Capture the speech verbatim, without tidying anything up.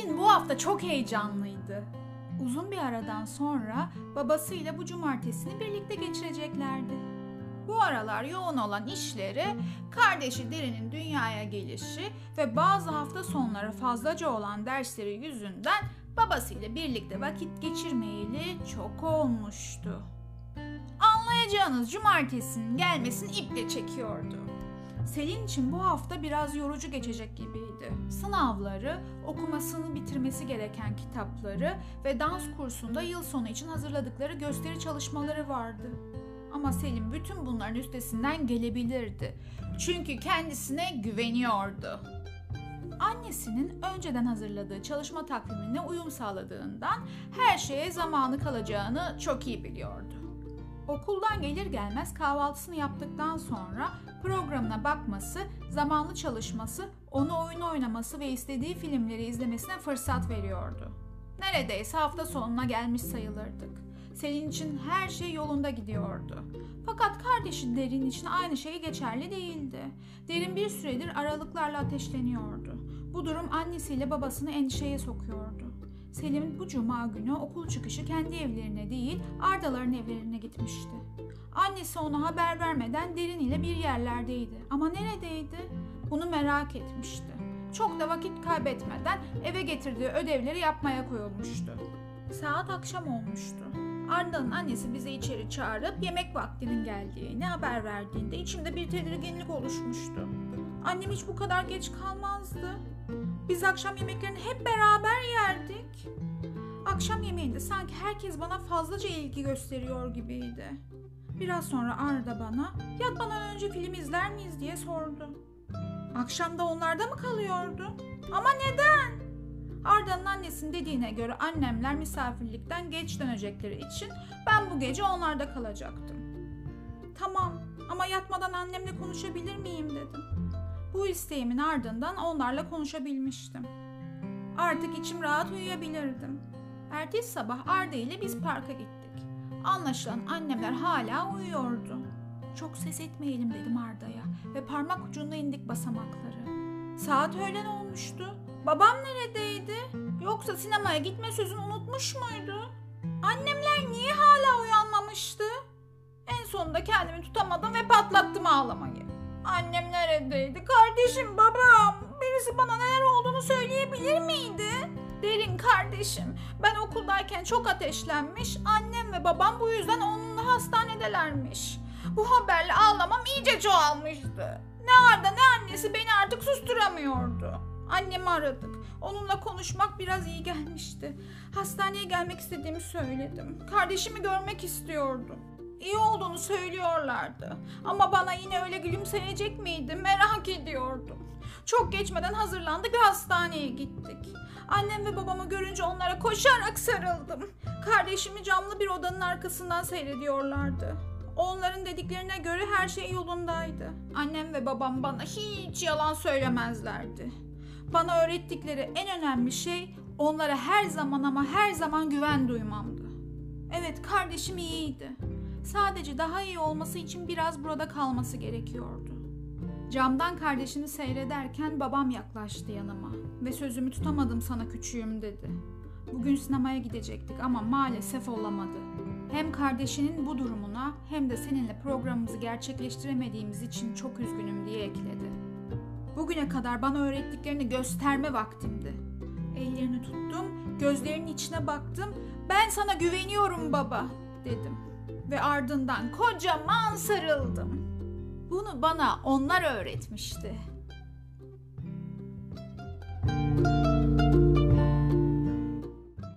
Selin bu hafta çok heyecanlıydı. Uzun bir aradan sonra babasıyla bu cumartesini birlikte geçireceklerdi. Bu aralar yoğun olan işleri, kardeşi Derin'in dünyaya gelişi ve bazı hafta sonları fazlaca olan dersleri yüzünden babasıyla birlikte vakit geçirmeyeli çok olmuştu. Anlayacağınız cumartesinin gelmesini iple çekiyordu. Selin için bu hafta biraz yorucu geçecek gibiydi. Sınavları, okumasını bitirmesi gereken kitapları ve dans kursunda yıl sonu için hazırladıkları gösteri çalışmaları vardı. Ama Selin bütün bunların üstesinden gelebilirdi. Çünkü kendisine güveniyordu. Annesinin önceden hazırladığı çalışma takvimine uyum sağladığından her şeye zamanı kalacağını çok iyi biliyordu. Okuldan gelir gelmez kahvaltısını yaptıktan sonra programına bakması, zamanlı çalışması, onu oyun oynaması ve istediği filmleri izlemesine fırsat veriyordu. Neredeyse hafta sonuna gelmiş sayılırdık. Selin için her şey yolunda gidiyordu. Fakat kardeşi Derin için aynı şey geçerli değildi. Derin bir süredir aralıklarla ateşleniyordu. Bu durum annesiyle babasını endişeye sokuyordu. Selin bu cuma günü okul çıkışı kendi evlerine değil Ardaların evlerine gitmişti. Annesi ona haber vermeden Derin ile bir yerlerdeydi. Ama neredeydi? Bunu merak etmişti. Çok da vakit kaybetmeden eve getirdiği ödevleri yapmaya koyulmuştu. Saat akşam olmuştu. Arda'nın annesi bizi içeri çağırıp yemek vaktinin geldiğini haber verdiğinde içimde bir tedirginlik oluşmuştu. Annem hiç bu kadar geç kalmazdı. Biz akşam yemeklerini hep beraber yerdik. Akşam yemeğinde sanki herkes bana fazlaca ilgi gösteriyor gibiydi. Biraz sonra Arda bana yatmadan önce film izler miyiz diye sordu. Akşam da onlarda mı kalıyordu? Ama neden? Arda'nın annesinin dediğine göre annemler misafirlikten geç dönecekleri için ben bu gece onlarda kalacaktım. Tamam ama yatmadan annemle konuşabilir miyim dedim. Bu isteğimin ardından onlarla konuşabilmiştim. Artık içim rahat uyuyabilirdim. Ertesi sabah Arda ile biz parka gittik. Anlaşılan annemler hala uyuyordu. Çok ses etmeyelim dedim Arda'ya ve parmak ucunda indik basamakları. Saat öğlen olmuştu. Babam neredeydi? Yoksa sinemaya gitme sözünü unutmuş muydu? Annemler niye hala uyanmamıştı? En sonunda kendimi tutamadım ve patlattım ağlamayı. Annem neredeydi? Kardeşim, babam. Birisi bana neler olduğunu söyleyebilir miydi? Derin kardeşim. Ben okuldayken çok ateşlenmiş. Annem ve babam bu yüzden onunla hastanedelermiş. Bu haberle ağlamam iyice çoğalmıştı. Ne Arda ne annesi beni artık susturamıyordu. Annemi aradık. Onunla konuşmak biraz iyi gelmişti. Hastaneye gelmek istediğimi söyledim. Kardeşimi görmek istiyordum. İyi olduğunu söylüyorlardı. Ama bana yine öyle gülümseyecek miydi merak ediyordum. Çok geçmeden hazırlandık ve hastaneye gittik. Annem ve babamı görünce onlara koşarak sarıldım. Kardeşimi camlı bir odanın arkasından seyrediyorlardı. Onların dediklerine göre her şey yolundaydı. Annem ve babam bana hiç yalan söylemezlerdi. Bana öğrettikleri en önemli şey onlara her zaman ama her zaman güven duymamdı. Evet, kardeşim iyiydi. Sadece daha iyi olması için biraz burada kalması gerekiyordu. Camdan kardeşini seyrederken babam yaklaştı yanıma ve sözümü tutamadım sana küçüğüm dedi. Bugün sinemaya gidecektik ama maalesef olamadı. Hem kardeşinin bu durumuna hem de seninle programımızı gerçekleştiremediğimiz için çok üzgünüm diye ekledi. Bugüne kadar bana öğrettiklerini gösterme vaktimdi. Ellerini tuttum, gözlerinin içine baktım. Ben sana güveniyorum baba dedim. Ve ardından kocaman sarıldım. Bunu bana onlar öğretmişti.